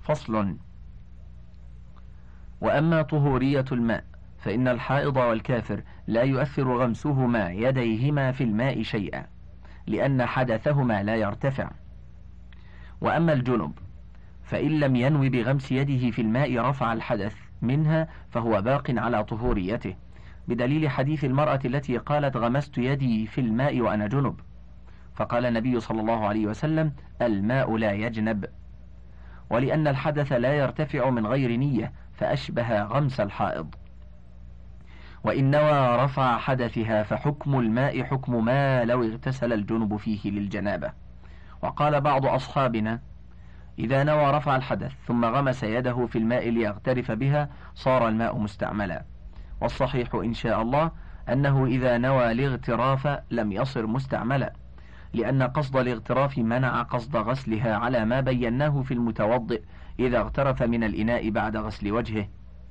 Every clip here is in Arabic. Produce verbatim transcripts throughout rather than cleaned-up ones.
فصل. وأما طهورية الماء فإن الحائض والكافر لا يؤثر غمسهما يديهما في الماء شيئا، لأن حدثهما لا يرتفع. وأما الجنب فإن لم ينوي بغمس يده في الماء رفع الحدث منها فهو باق على طهوريته، بدليل حديث المرأة التي قالت غمست يدي في الماء وأنا جنب، فقال النبي صلى الله عليه وسلم: الماء لا يجنب. ولأن الحدث لا يرتفع من غير نية فأشبه غمس الحائض. وإن نوى رفع حدثها فحكم الماء حكم ما لو اغتسل الجنب فيه للجنابة. وقال بعض أصحابنا: إذا نوى رفع الحدث ثم غمس يده في الماء ليغترف بها صار الماء مستعملا. والصحيح إن شاء الله أنه إذا نوى الاغتراف لم يصر مستعملا، لأن قصد الاغتراف منع قصد غسلها على ما بيناه في المتوضئ إذا اغترف من الإناء بعد غسل وجهه.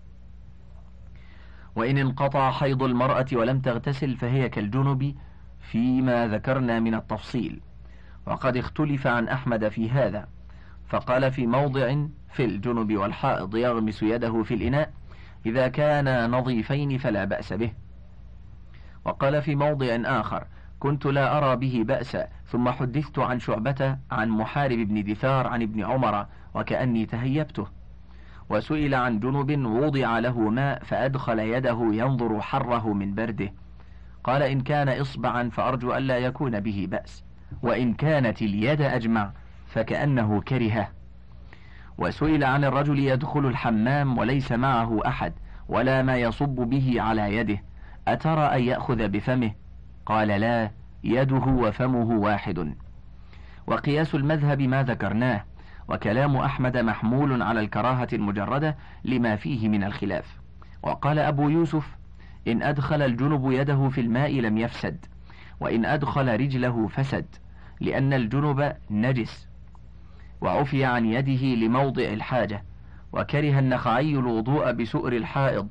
وإن انقطع حيض المرأة ولم تغتسل فهي كالجنب فيما ذكرنا من التفصيل. وقد اختلف عن أحمد في هذا، فقال في موضع: في الجنب والحائض يغمس يده في الإناء إذا كانا نظيفين فلا بأس به. وقال في موضع آخر: كنت لا أرى به بأسا، ثم حدثت عن شعبة عن محارب بن دثار عن ابن عمر وكأني تهيبته. وسئل عن جنب وضع له ماء فأدخل يده ينظر حره من برده، قال: إن كان إصبعا فأرجو ألا يكون به بأس، وإن كانت اليد أجمع فكأنه كرهه. وسئل عن الرجل يدخل الحمام وليس معه أحد ولا ما يصب به على يده، أترى أن يأخذ بفمه؟ قال: لا، يده وفمه واحد. وقياس المذهب ما ذكرناه، وكلام أحمد محمول على الكراهة المجردة لما فيه من الخلاف. وقال أبو يوسف: إن أدخل الجنب يده في الماء لم يفسد، وإن أدخل رجله فسد، لأن الجنب نجس، وعفي عن يده لموضع الحاجة. وكره النخعي الوضوء بسؤر الحائض.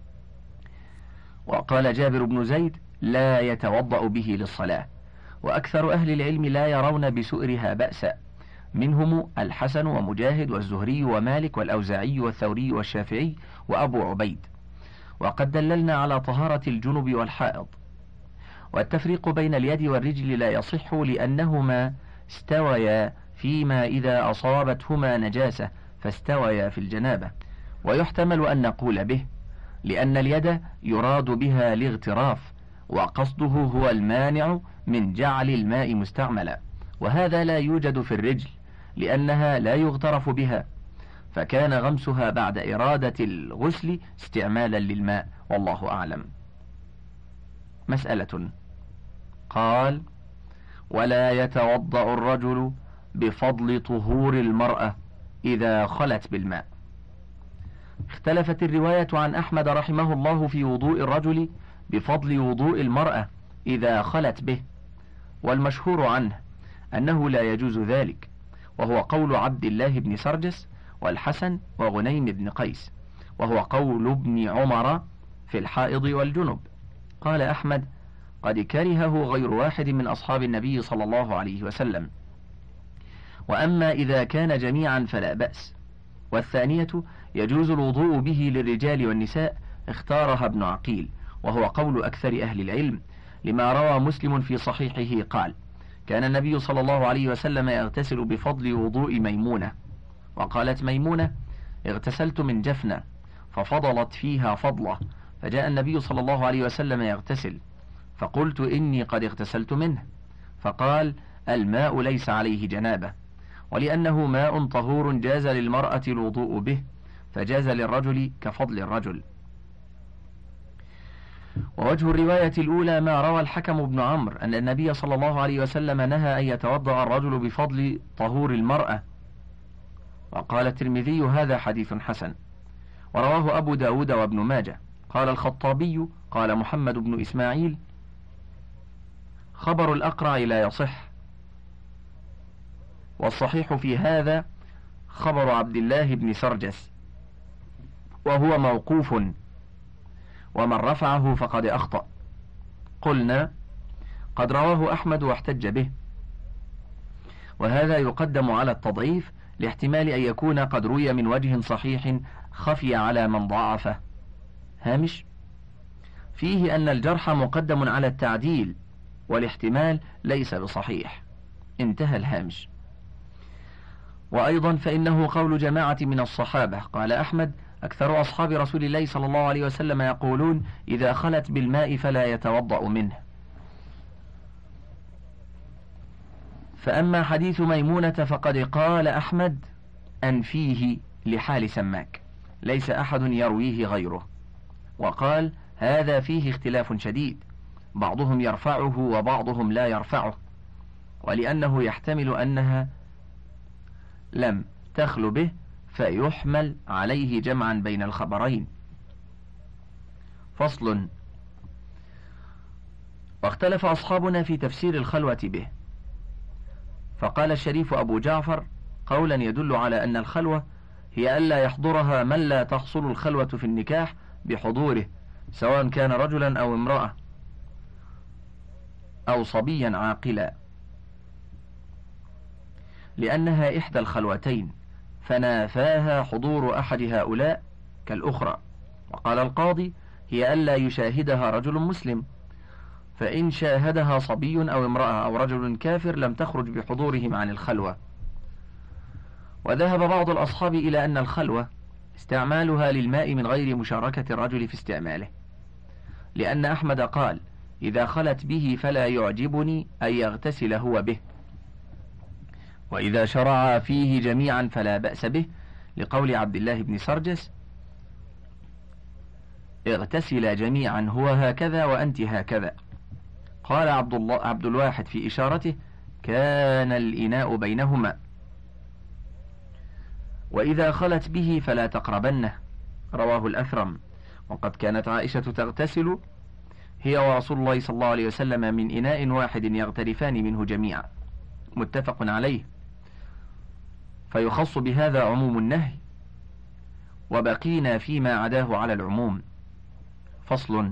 وقال جابر بن زيد: لا يتوضأ به للصلاة. وأكثر أهل العلم لا يرون بسؤرها بأسا، منهم الحسن ومجاهد والزهري ومالك والأوزاعي والثوري والشافعي وأبو عبيد. وقد دللنا على طهارة الجنب والحائض. والتفريق بين اليد والرجل لا يصح، لأنهما استويا فيما إذا أصابتهما نجاسة فاستويا في الجنابة. ويحتمل أن نقول به، لأن اليد يراد بها الاغتراف، وقصده هو المانع من جعل الماء مستعملا، وهذا لا يوجد في الرجل لأنها لا يغترف بها، فكان غمسها بعد إرادة الغسل استعمالا للماء، والله أعلم. مسألة. قال: ولا يتوضأ الرجل بفضل طهور المرأة إذا خلت بالماء. اختلفت الرواية عن أحمد رحمه الله في وضوء الرجل بفضل وضوء المرأة إذا خلت به، والمشهور عنه أنه لا يجوز ذلك، وهو قول عبد الله بن سرجس والحسن وغنيم بن قيس، وهو قول ابن عمر في الحائض والجنب. قال أحمد: قد كرهه غير واحد من أصحاب النبي صلى الله عليه وسلم. وأما إذا كان جميعا فلا بأس. والثانية يجوز الوضوء به للرجال والنساء، اختارها ابن عقيل، وهو قول أكثر أهل العلم، لما روى مسلم في صحيحه قال: كان النبي صلى الله عليه وسلم يغتسل بفضل وضوء ميمونة. وقالت ميمونة: اغتسلت من جفنة ففضلت فيها فضلة، فجاء النبي صلى الله عليه وسلم يغتسل، فقلت إني قد اغتسلت منه، فقال: الماء ليس عليه جنابة، ولأنه ماء طهور جاز للمرأة الوضوء به، فجاز للرجل كفضل الرجل. ووجه الرواية الأولى ما روى الحكم بن عمرو أن النبي صلى الله عليه وسلم نهى أن يتوضأ الرجل بفضل طهور المرأة. وقال الترمذي: هذا حديث حسن. ورواه أبو داود وابن ماجه. قال الخطابي: قال محمد بن إسماعيل: خبر الأقرع لا يصح، والصحيح في هذا خبر عبد الله بن سرجس، وهو موقوف، ومن رفعه فقد أخطأ. قلنا: قد رواه أحمد واحتج به، وهذا يقدم على التضعيف لاحتمال أن يكون قد روي من وجه صحيح خفي على من ضعفه. هامش: فيه أن الجرح مقدم على التعديل، والاحتمال ليس بصحيح. انتهى الهامش. وأيضا فإنه قول جماعة من الصحابة. قال أحمد: أكثر أصحاب رسول الله صلى الله عليه وسلم يقولون: إذا خلت بالماء فلا يتوضأ منه. فأما حديث ميمونة فقد قال أحمد: أن فيه لحال سماك، ليس أحد يرويه غيره. وقال: هذا فيه اختلاف شديد، بعضهم يرفعه وبعضهم لا يرفعه، ولأنه يحتمل أنها لم تخل به فيحمل عليه جمعا بين الخبرين. فصل: واختلف أصحابنا في تفسير الخلوة به، فقال الشريف أبو جعفر قولا يدل على أن الخلوة هي ألا يحضرها من لا تحصل الخلوة في النكاح بحضوره، سواء كان رجلا أو امرأة أو صبيا عاقلا، لأنها إحدى الخلوتين، فنافاها حضور أحد هؤلاء كالأخرى. وقال القاضي: هي ألا يشاهدها رجل مسلم، فإن شاهدها صبي أو امرأة أو رجل كافر لم تخرج بحضورهم عن الخلوة. وذهب بعض الأصحاب إلى أن الخلوة استعمالها للماء من غير مشاركة الرجل في استعماله، لأن أحمد قال: إذا خلت به فلا يعجبني أن يغتسل هو به، وإذا شرع فيه جميعا فلا بأس به، لقول عبد الله بن سرجس: اغتسل جميعا هو هكذا وأنت هكذا. قال عبد الله عبد الواحد في إشارته: كان الإناء بينهما. وإذا خلت به فلا تقربنه، رواه الأثرم. وقد كانت عائشة تغتسل هي ورسول الله صلى الله عليه وسلم من إناء واحد يغترفان منه جميعا، متفق عليه، فيخص بهذا عموم النهي، وبقينا فيما عداه على العموم. فصل: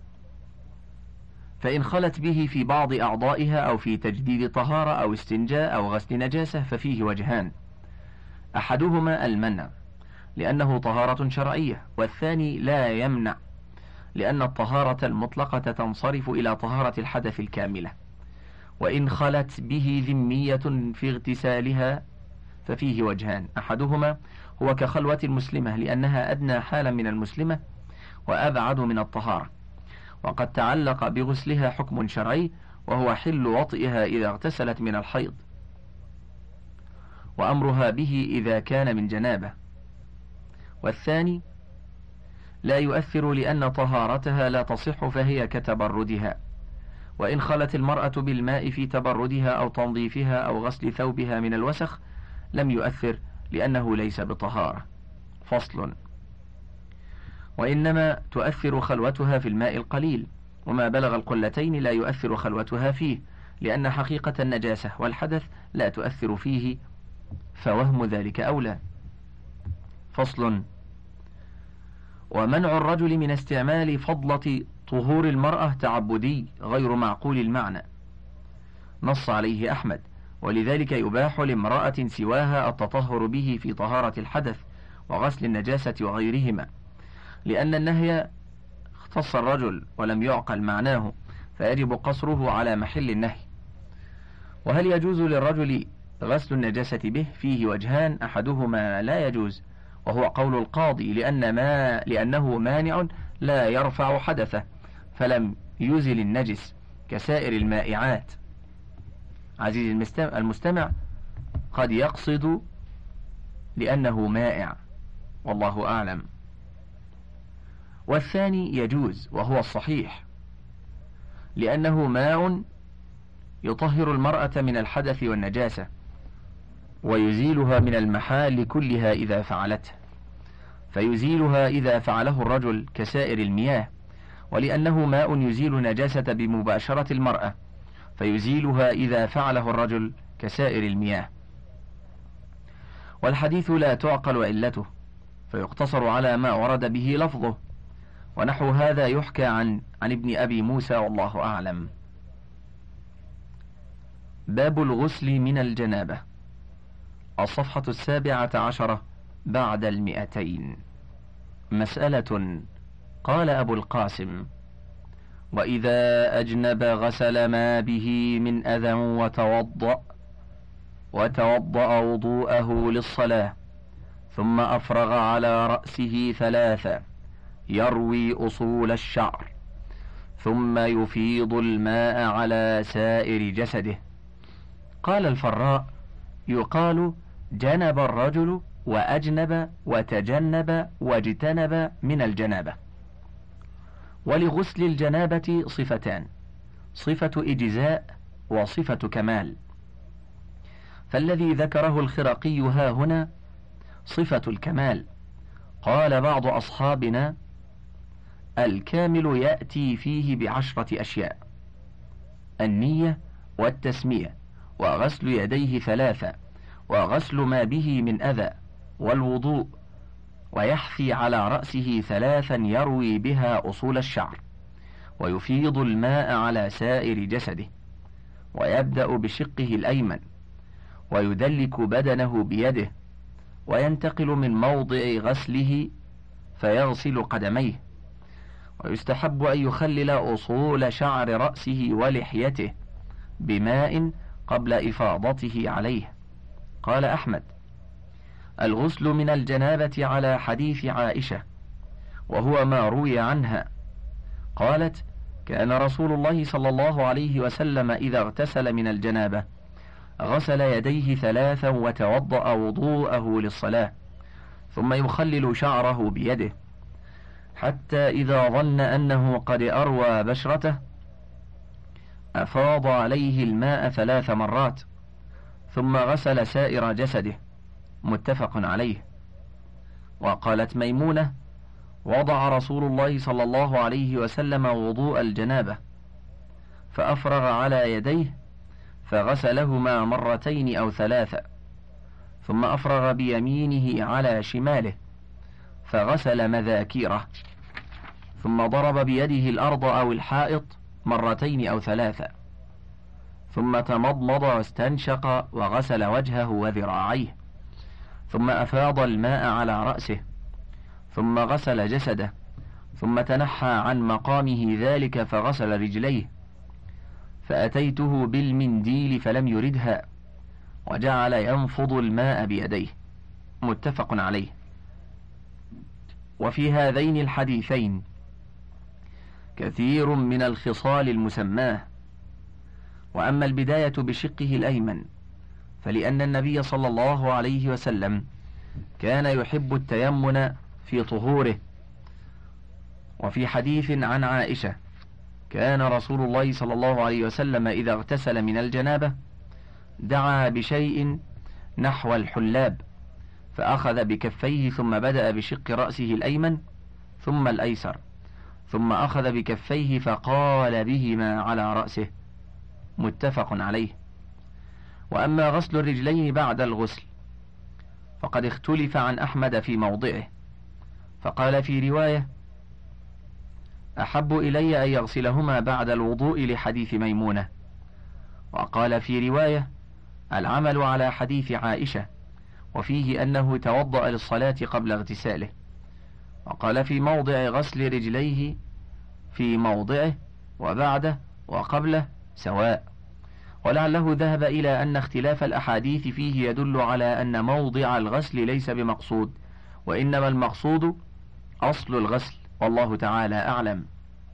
فإن خلت به في بعض أعضائها أو في تجديد طهارة أو استنجاء أو غسل نجاسة ففيه وجهان: أحدهما المنع لأنه طهارة شرعية، والثاني لا يمنع لأن الطهارة المطلقة تنصرف إلى طهارة الحدث الكاملة. وإن خلت به ذمية في اغتسالها ففيه وجهان: أحدهما هو كخلوة المسلمة لأنها أدنى حالا من المسلمة وأبعد من الطهارة، وقد تعلق بغسلها حكم شرعي وهو حل وطئها إذا اغتسلت من الحيض، وأمرها به إذا كان من جنابة. والثاني لا يؤثر لأن طهارتها لا تصح فهي كتبردها، وإن خلت المرأة بالماء في تبردها أو تنظيفها أو غسل ثوبها من الوسخ لم يؤثر لأنه ليس بطهارة. فصل: وإنما تؤثر خلوتها في الماء القليل، وما بلغ القلتين لا يؤثر خلوتها فيه، لأن حقيقة النجاسة والحدث لا تؤثر فيه، فوهم ذلك أولى. فصل: ومنع الرجل من استعمال فضلة طهور المرأة تعبدي غير معقول المعنى، نص عليه أحمد، ولذلك يباح لامرأة سواها التطهر به في طهارة الحدث وغسل النجاسة وغيرهما، لأن النهي اختص الرجل ولم يعقل معناه، فيجب قصره على محل النهي. وهل يجوز للرجل غسل النجاسة به؟ فيه وجهان: أحدهما لا يجوز، وهو قول القاضي، لأن ما لأنه مانع لا يرفع حدثه، فلم يزل النجس كسائر المائعات. عزيزي المستمع، قد يقصد لأنه مائع، والله أعلم. والثاني يجوز وهو الصحيح، لأنه ماء يطهر المرأة من الحدث والنجاسة ويزيلها من المحال كلها إذا فعلته، فيزيلها إذا فعله الرجل كسائر المياه، ولأنه ماء يزيل نجاسة بمباشرة المرأة فيزيلها إذا فعله الرجل كسائر المياه. والحديث لا تعقل علته، فيقتصر على ما ورد به لفظه، ونحو هذا يحكى عن عن ابن أبي موسى، والله أعلم. باب الغسل من الجنابة. الصفحة السابعة عشرة بعد المئتين. مسألة. قال أبو القاسم: وإذا أجنب غسل ما به من أذى وتوضأ وتوضأ وضوءه للصلاة، ثم أفرغ على رأسه ثلاثة يروي أصول الشعر، ثم يفيض الماء على سائر جسده. قال الفراء: يقال جنب الرجل وأجنب وتجنب واجتنب من الجنابة. ولغسل الجنابة صفتان: صفة إجزاء وصفة كمال. فالذي ذكره الخرقي ها هنا صفة الكمال. قال بعض أصحابنا: الكامل يأتي فيه بعشرة أشياء: النية والتسمية، وغسل يديه ثلاثة، وغسل ما به من أذى، والوضوء، ويحثي على رأسه ثلاثا يروي بها أصول الشعر، ويفيض الماء على سائر جسده، ويبدأ بشقه الأيمن، ويدلك بدنه بيده، وينتقل من موضع غسله فيغسل قدميه. ويستحب أن يخلل أصول شعر رأسه ولحيته بماء قبل إفاضته عليه. قال أحمد: الغسل من الجنابة على حديث عائشة، وهو ما روي عنها. قالت: كان رسول الله صلى الله عليه وسلم إذا اغتسل من الجنابة غسل يديه ثلاثا وتوضأ وضوءه للصلاة، ثم يخلل شعره بيده، حتى إذا ظن أنه قد أروى بشرته أفاض عليه الماء ثلاث مرات، ثم غسل سائر جسده. متفق عليه. وقالت ميمونة: وضع رسول الله صلى الله عليه وسلم وضوء الجنابة فأفرغ على يديه فغسلهما مرتين أو ثلاثة، ثم أفرغ بيمينه على شماله فغسل مذاكيره، ثم ضرب بيده الأرض أو الحائط مرتين أو ثلاثة، ثم تمضمض واستنشق وغسل وجهه وذراعيه، ثم أفاض الماء على رأسه، ثم غسل جسده، ثم تنحى عن مقامه ذلك فغسل رجليه، فأتيته بالمنديل فلم يردها، وجعل ينفض الماء بيديه. متفق عليه. وفي هذين الحديثين كثير من الخصال المسماه. وأما البداية بشقه الأيمن فلأن النبي صلى الله عليه وسلم كان يحب التيمن في طهوره. وفي حديث عن عائشة: كان رسول الله صلى الله عليه وسلم إذا اغتسل من الجنابة دعا بشيء نحو الحلاب، فأخذ بكفيه ثم بدأ بشق رأسه الأيمن ثم الأيسر، ثم أخذ بكفيه فقال بهما على رأسه. متفق عليه. وأما غسل الرجلين بعد الغسل فقد اختلف عن أحمد في موضعه، فقال في رواية: أحب إلي أن يغسلهما بعد الوضوء لحديث ميمونة. وقال في رواية: العمل على حديث عائشة، وفيه أنه توضأ للصلاة قبل اغتساله. وقال في موضع غسل رجليه في موضعه وبعده وقبله سواء، ولعله ذهب إلى أن اختلاف الأحاديث فيه يدل على أن موضع الغسل ليس بمقصود، وإنما المقصود أصل الغسل، والله تعالى أعلم.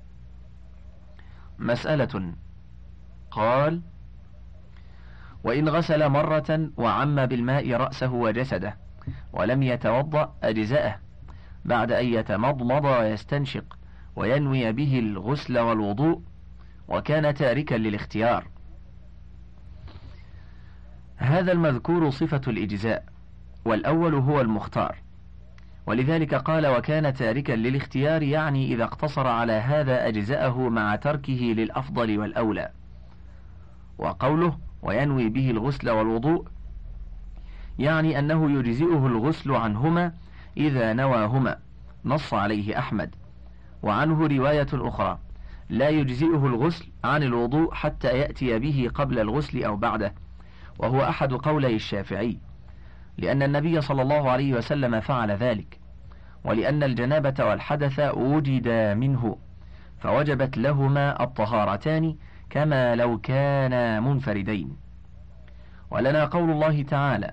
مسألة. قال: وإن غسل مرة وعم بالماء رأسه وجسده ولم يتوضأ أجزأه بعد أن يتمضمض ويستنشق وينوي به الغسل والوضوء، وكان تاركا للاختيار. هذا المذكور صفة الإجزاء، والأول هو المختار، ولذلك قال وكان تاركا للاختيار، يعني إذا اقتصر على هذا أجزأه مع تركه للأفضل والأولى. وقوله وينوي به الغسل والوضوء يعني أنه يجزئه الغسل عنهما إذا نواهما، نص عليه أحمد. وعنه رواية أخرى: لا يجزئه الغسل عن الوضوء حتى يأتي به قبل الغسل أو بعده، وهو أحد قولي الشافعي. لأن النبي صلى الله عليه وسلم فعل ذلك، ولأن الجنابة والحدث وجدا منه، فوجبت لهما الطهارتان كما لو كانا منفردين. ولنا قول الله تعالى: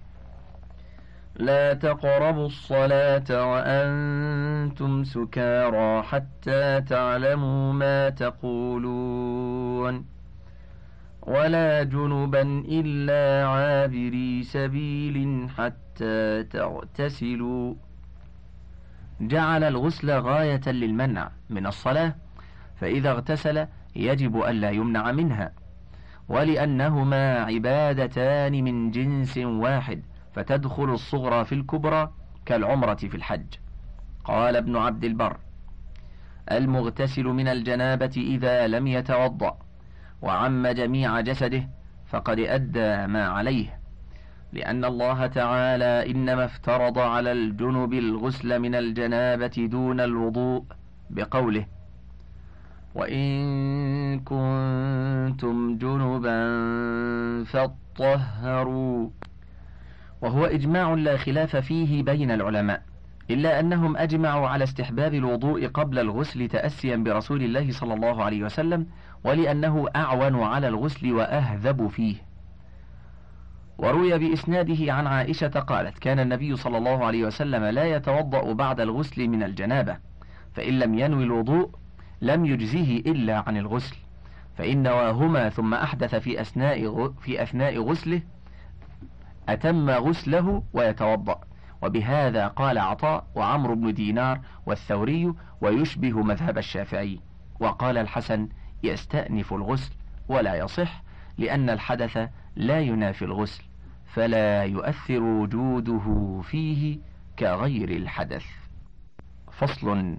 لا تقربوا الصلاة وأنتم سكارى حتى تعلموا ما تقولون ولا جنبا إلا عابري سبيل حتى تغتسلوا. جعل الغسل غاية للمنع من الصلاة، فإذا اغتسل يجب ألا يمنع منها، ولأنهما عبادتان من جنس واحد، فتدخل الصغرى في الكبرى كالعمرة في الحج. قال ابن عبد البر: المغتسل من الجنابة إذا لم يتوضأ وعم جميع جسده فقد أدى ما عليه، لأن الله تعالى إنما افترض على الجنب الغسل من الجنابة دون الوضوء بقوله: وإن كنتم جنبا فاطهروا، وهو إجماع لا خلاف فيه بين العلماء، إلا أنهم أجمعوا على استحباب الوضوء قبل الغسل تأسيا برسول الله صلى الله عليه وسلم، ولأنه أعون على الغسل وأهذب فيه. وروي بإسناده عن عائشة قالت: كان النبي صلى الله عليه وسلم لا يتوضأ بعد الغسل من الجنابة، فإن لم ينوي الوضوء لم يجزه إلا عن الغسل، فإن نواهما ثم أحدث في أثناء في أثناء غسله أتم غسله ويتوضأ. وبهذا قال عطاء وعمرو بن دينار والثوري، ويشبه مذهب الشافعي. وقال الحسن: يستأنف الغسل ولا يصح، لأن الحدث لا ينافي الغسل، فلا يؤثر وجوده فيه كغير الحدث. فصل: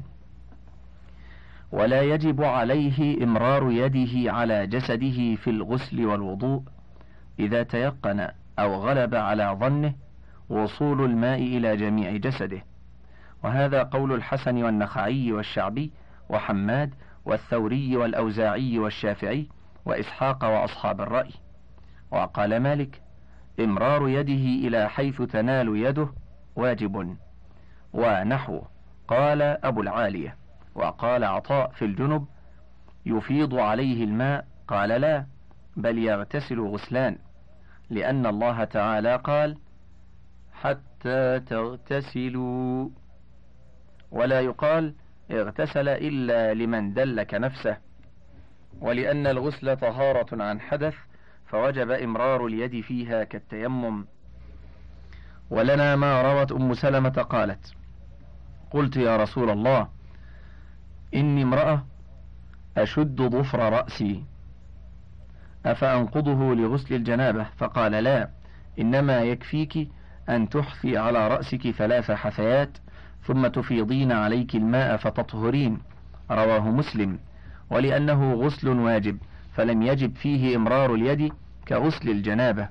ولا يجب عليه إمرار يده على جسده في الغسل والوضوء إذا تيقن أو غلب على ظنه وصول الماء إلى جميع جسده، وهذا قول الحسن والنخعي والشعبي وحماد والثوري والأوزاعي والشافعي وإسحاق وأصحاب الرأي. وقال مالك: إمرار يده إلى حيث تنال يده واجب، ونحوه قال أبو العالية. وقال عطاء في الجنب: يفيض عليه الماء، قال لا، بل يغتسل غسلان، لأن الله تعالى قال: حتى تغتسلوا، ولا يقال اغتسل إلا لمن دلك نفسه، ولأن الغسل طهارة عن حدث فوجب إمرار اليد فيها كالتيمم. ولنا ما روت أم سلمة قالت: قلت يا رسول الله إني امرأة أشد ظفر رأسي أفأنقضه لغسل الجنابة؟ فقال: لا، إنما يكفيك أن تحفي على رأسك ثلاث حثيات ثم تفيضين عليك الماء فتطهرين. رواه مسلم. ولأنه غسل واجب فلم يجب فيه إمرار اليد كغسل الجنابة.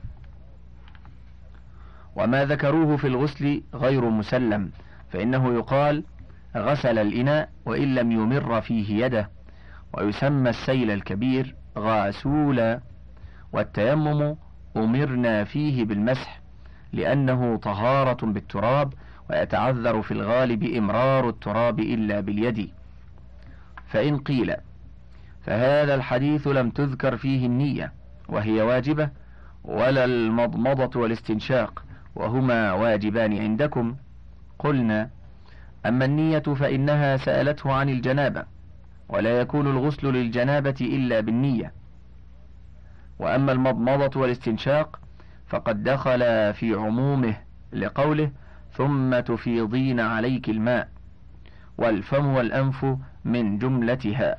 وما ذكروه في الغسل غير مسلم، فإنه يقال غسل الإناء وإن لم يمر فيه يده، ويسمى السيل الكبير غاسولا. والتيمم أمرنا فيه بالمسح لأنه طهارة بالتراب، ويتعذر في الغالب إمرار التراب إلا باليد. فإن قيل فهذا الحديث لم تذكر فيه النية وهي واجبة، ولا المضمضة والاستنشاق وهما واجبان عندكم، قلنا: أما النية فإنها سألته عن الجنابة، ولا يكون الغسل للجنابة إلا بالنية. وأما المضمضة والاستنشاق فقد دخل في عمومه لقوله: ثم تفيضين عليك الماء، والفم والأنف من جملتها.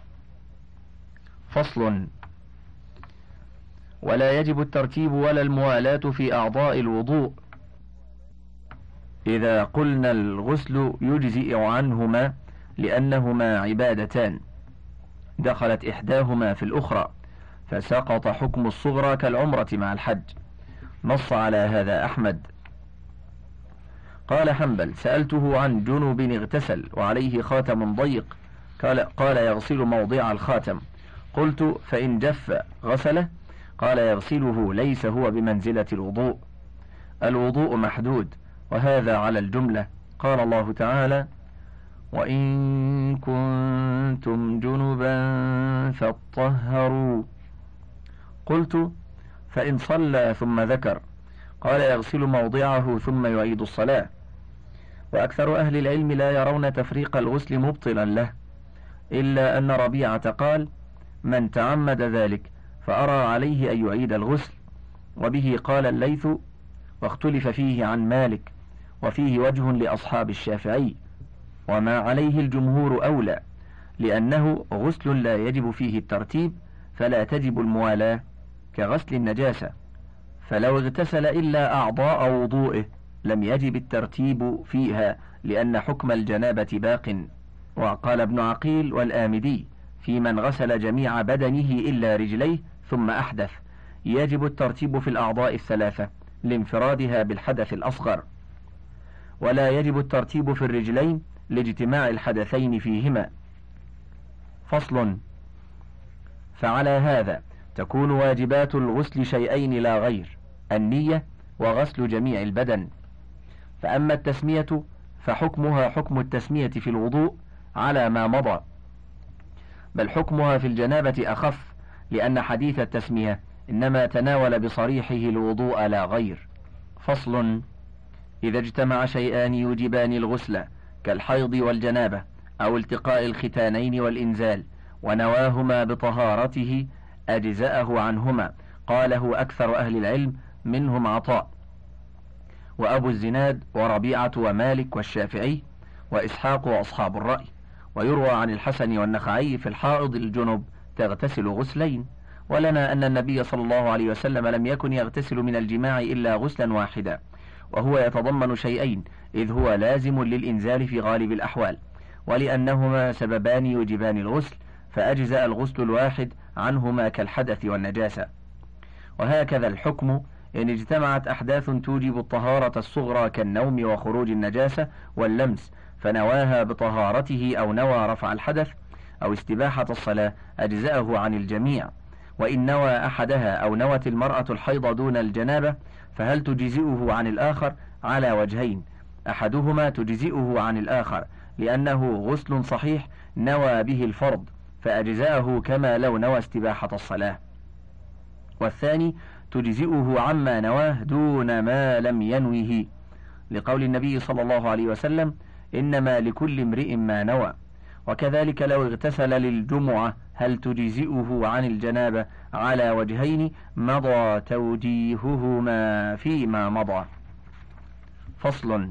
فصل: ولا يجب الترتيب ولا الموالاة في أعضاء الوضوء إذا قلنا الغسل يجزئ عنهما، لأنهما عبادتان دخلت إحداهما في الأخرى، فسقط حكم الصغرى كالعمرة مع الحج. نص على هذا أحمد. قال حنبل: سألته عن جنب اغتسل وعليه خاتم ضيق، قال, قال يغسل موضع الخاتم. قلت: فإن جف غسله؟ قال: يغسله، ليس هو بمنزلة الوضوء. الوضوء محدود، وهذا على الجملة. قال الله تعالى: وإن كنتم جنبا فاطهروا. قلت: فإن صلى ثم ذكر؟ قال: يغسل موضعه ثم يعيد الصلاة. وأكثر أهل العلم لا يرون تفريق الغسل مبطلا له، إلا أن ربيعة قال: من تعمد ذلك فأرى عليه أن يعيد الغسل. وبه قال الليث، واختلف فيه عن مالك، وفيه وجه لأصحاب الشافعي، وما عليه الجمهور أولى، لأنه غسل لا يجب فيه الترتيب، فلا تجب الموالاة كغسل النجاسة، فلو اغتسل إلا أعضاء وضوئه لم يجب الترتيب فيها، لأن حكم الجنابة باق. وقال ابن عقيل والآمدي في من غسل جميع بدنه إلا رجليه ثم أحدث: يجب الترتيب في الأعضاء الثلاثة لانفرادها بالحدث الأصغر، ولا يجب الترتيب في الرجلين لاجتماع الحدثين فيهما. فصل. فعلى هذا تكون واجبات الغسل شيئين لا غير: النية وغسل جميع البدن. فأما التسمية فحكمها حكم التسمية في الوضوء على ما مضى، بل حكمها في الجنابة أخف، لأن حديث التسمية إنما تناول بصريحه الوضوء لا غير. فصل. إذا اجتمع شيئان يوجبان الغسل كالحيض والجنابة أو التقاء الختانين والإنزال ونواهما بطهارته أجزأه عنهما، قاله أكثر أهل العلم، منهم عطاء وأبو الزناد وربيعة ومالك والشافعي وإسحاق وأصحاب الرأي. ويروى عن الحسن والنخعي في الحائض الجنب تغتسل غسلين. ولنا أن النبي صلى الله عليه وسلم لم يكن يغتسل من الجماع إلا غسلا واحدا، وهو يتضمن شيئين، إذ هو لازم للإنزال في غالب الأحوال، ولأنهما سببان يوجبان الغسل، فأجزأ الغسل الواحد عنهما كالحدث والنجاسة. وهكذا الحكم إن اجتمعت أحداث توجب الطهارة الصغرى كالنوم وخروج النجاسة واللمس، فنواها بطهارته أو نوى رفع الحدث أو استباحة الصلاة، أجزأه عن الجميع. وإن نوى أحدها أو نوت المرأة الحيض دون الجنابة فهل تجزئه عن الآخر؟ على وجهين: أحدهما تجزئه عن الآخر لأنه غسل صحيح نوى به الفرض فأجزأه كما لو نوى استباحة الصلاة، والثاني تجزئه عما نواه دون ما لم ينوه، لقول النبي صلى الله عليه وسلم: إنما لكل امرئ ما نوى. وكذلك لو اغتسل للجمعة هل تجزئه عن الجنابة؟ على وجهين مضى توجيههما فيما مضى. فصل.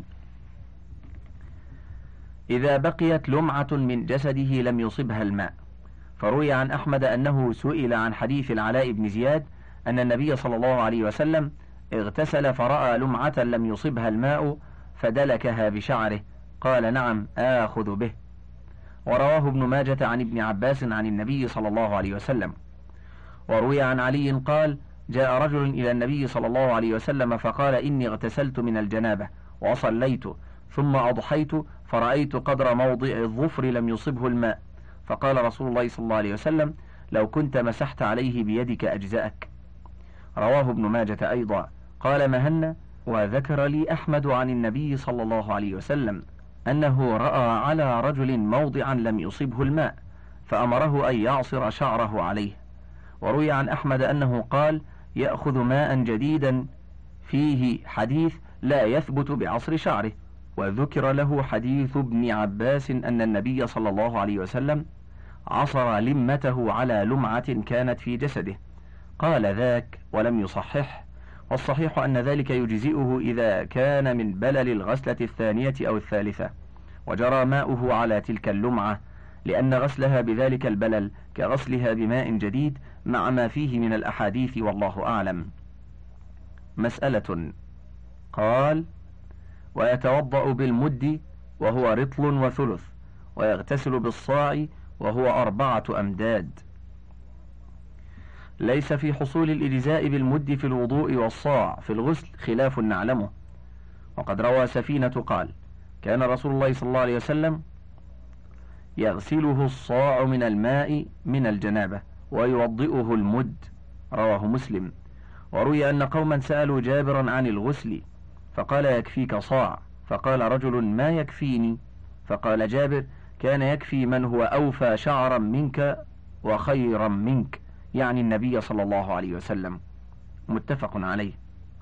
إذا بقيت لمعة من جسده لم يصبها الماء، فروي عن أحمد أنه سئل عن حديث العلاء بن زياد أن النبي صلى الله عليه وسلم اغتسل فرأى لمعة لم يصبها الماء فدلكها بشعره، قال: نعم آخذ به. ورواه ابن ماجة عن ابن عباس عن النبي صلى الله عليه وسلم. وروي عن علي قال: جاء رجل إلى النبي صلى الله عليه وسلم فقال: إني اغتسلت من الجنابة وصليت ثم أضحيت فرأيت قدر موضع الظفر لم يصبه الماء، فقال رسول الله صلى الله عليه وسلم: لو كنت مسحت عليه بيدك أجزأك. رواه ابن ماجة أيضا. قال مهنا: وذكر لي أحمد عن النبي صلى الله عليه وسلم أنه رأى على رجل موضعا لم يصبه الماء فأمره أن يعصر شعره عليه. وروي عن أحمد أنه قال: يأخذ ماء جديدا فيه حديث لا يثبت بعصر شعره. وذكر له حديث ابن عباس أن النبي صلى الله عليه وسلم عصر لمته على لمعة كانت في جسده، قال ذاك ولم يصحح. والصحيح أن ذلك يجزئه إذا كان من بلل الغسلة الثانية أو الثالثة وجرى ماؤه على تلك اللمعة، لأن غسلها بذلك البلل كغسلها بماء جديد مع ما فيه من الأحاديث، والله أعلم. مسألة. قال: ويتوضأ بالمد وهو رطل وثلث، ويغتسل بالصاع وهو أربعة أمداد. ليس في حصول الإجزاء بالمد في الوضوء والصاع في الغسل خلاف نعلمه. وقد روى سفينة قال: كان رسول الله صلى الله عليه وسلم يغسله الصاع من الماء من الجنابة ويوضئه المد، رواه مسلم. وروي أن قوما سألوا جابرا عن الغسل فقال يكفيك صاع. فقال رجل ما يكفيني؟ فقال جابر كان يكفي من هو أوفى شعرا منك وخيرا منك، يعني النبي صلى الله عليه وسلم. متفق عليه.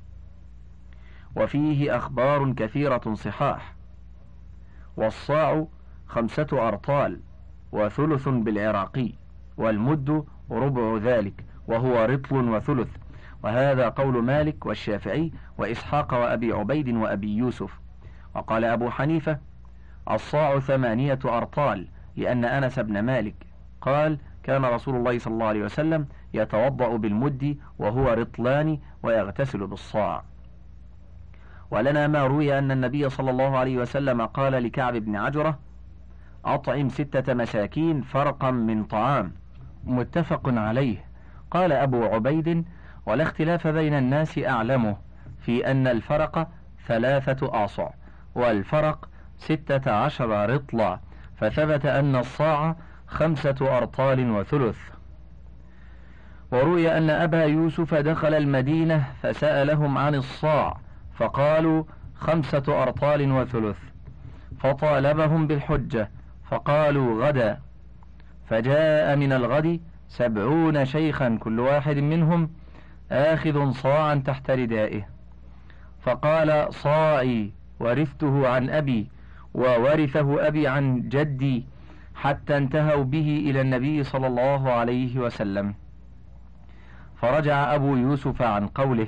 وفيه أخبار كثيرة صحاح. والصاع خمسة أرطال وثلث بالعراقي، والمد ربع ذلك وهو رطل وثلث، وهذا قول مالك والشافعي وإسحاق وأبي عبيد وأبي يوسف. وقال أبو حنيفة الصاع ثمانية أرطال، لأن أنس بن مالك قال كان رسول الله صلى الله عليه وسلم يتوضأ بالمد وهو رطلان ويغتسل بالصاع. ولنا ما روي أن النبي صلى الله عليه وسلم قال لكعب بن عجرة أطعم ستة مساكين فرقا من طعام. متفق عليه. قال أبو عبيد ولا اختلاف بين الناس أعلمه في أن الفرق ثلاثة آصع والفرق ستة عشر رطلا، فثبت أن الصاع خمسة أرطال وثلث. وروي أن أبا يوسف دخل المدينة فسألهم عن الصاع فقالوا خمسة أرطال وثلث، فطالبهم بالحجة فقالوا غدا، فجاء من الغد سبعون شيخا كل واحد منهم آخذ صاعا تحت ردائه، فقال صاعي ورثته عن أبي وورثه أبي عن جدي، حتى انتهوا به إلى النبي صلى الله عليه وسلم. فرجع أبو يوسف عن قوله.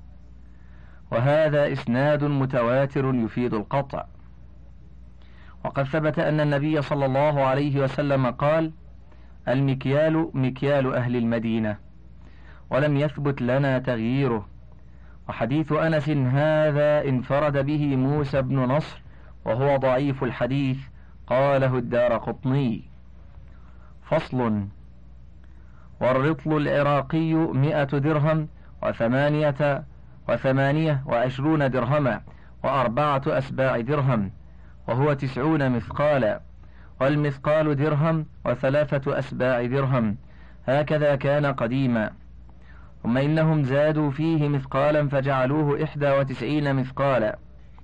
وهذا إسناد متواتر يفيد القطع. وقد ثبت أن النبي صلى الله عليه وسلم قال المكيال مكيال أهل المدينة، ولم يثبت لنا تغييره. وحديث أنس هذا انفرد به موسى بن نصر وهو ضعيف الحديث، قاله الدارقطني. فصل. والرطل العراقي مئة درهم وثمانية وثمانية وعشرون درهما وأربعة أسباع درهم، وهو تسعون مثقالا، والمثقال درهم وثلاثة أسباع درهم، هكذا كان قديما. ثم إنهم زادوا فيه مثقالا فجعلوه إحدى وتسعين مثقالا،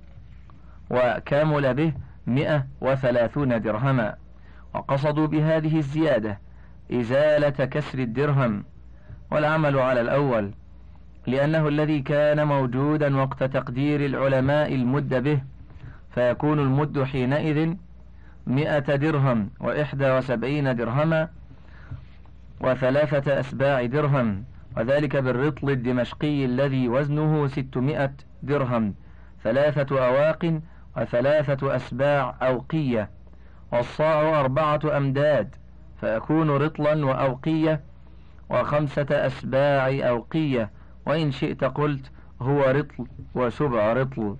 وكامل به مئة وثلاثون درهما، وقصدوا بهذه الزيادة إزالة كسر الدرهم، والعمل على الأول لأنه الذي كان موجودا وقت تقدير العلماء المد به، فيكون المد حينئذ مئة درهم وإحدى وسبعين درهما وثلاثة أسباع درهم، وذلك بالرطل الدمشقي الذي وزنه ستمائة درهم، ثلاثة أواق وثلاثة أسباع أوقية، والصاع أربعة أمداد، فيكون رطلا وأوقية وخمسة أسباع أوقية، وإن شئت قلت هو رطل وسبع رطل.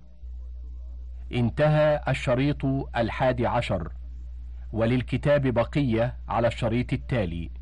انتهى الشريط الحادي عشر، وللكتاب بقية على الشريط التالي.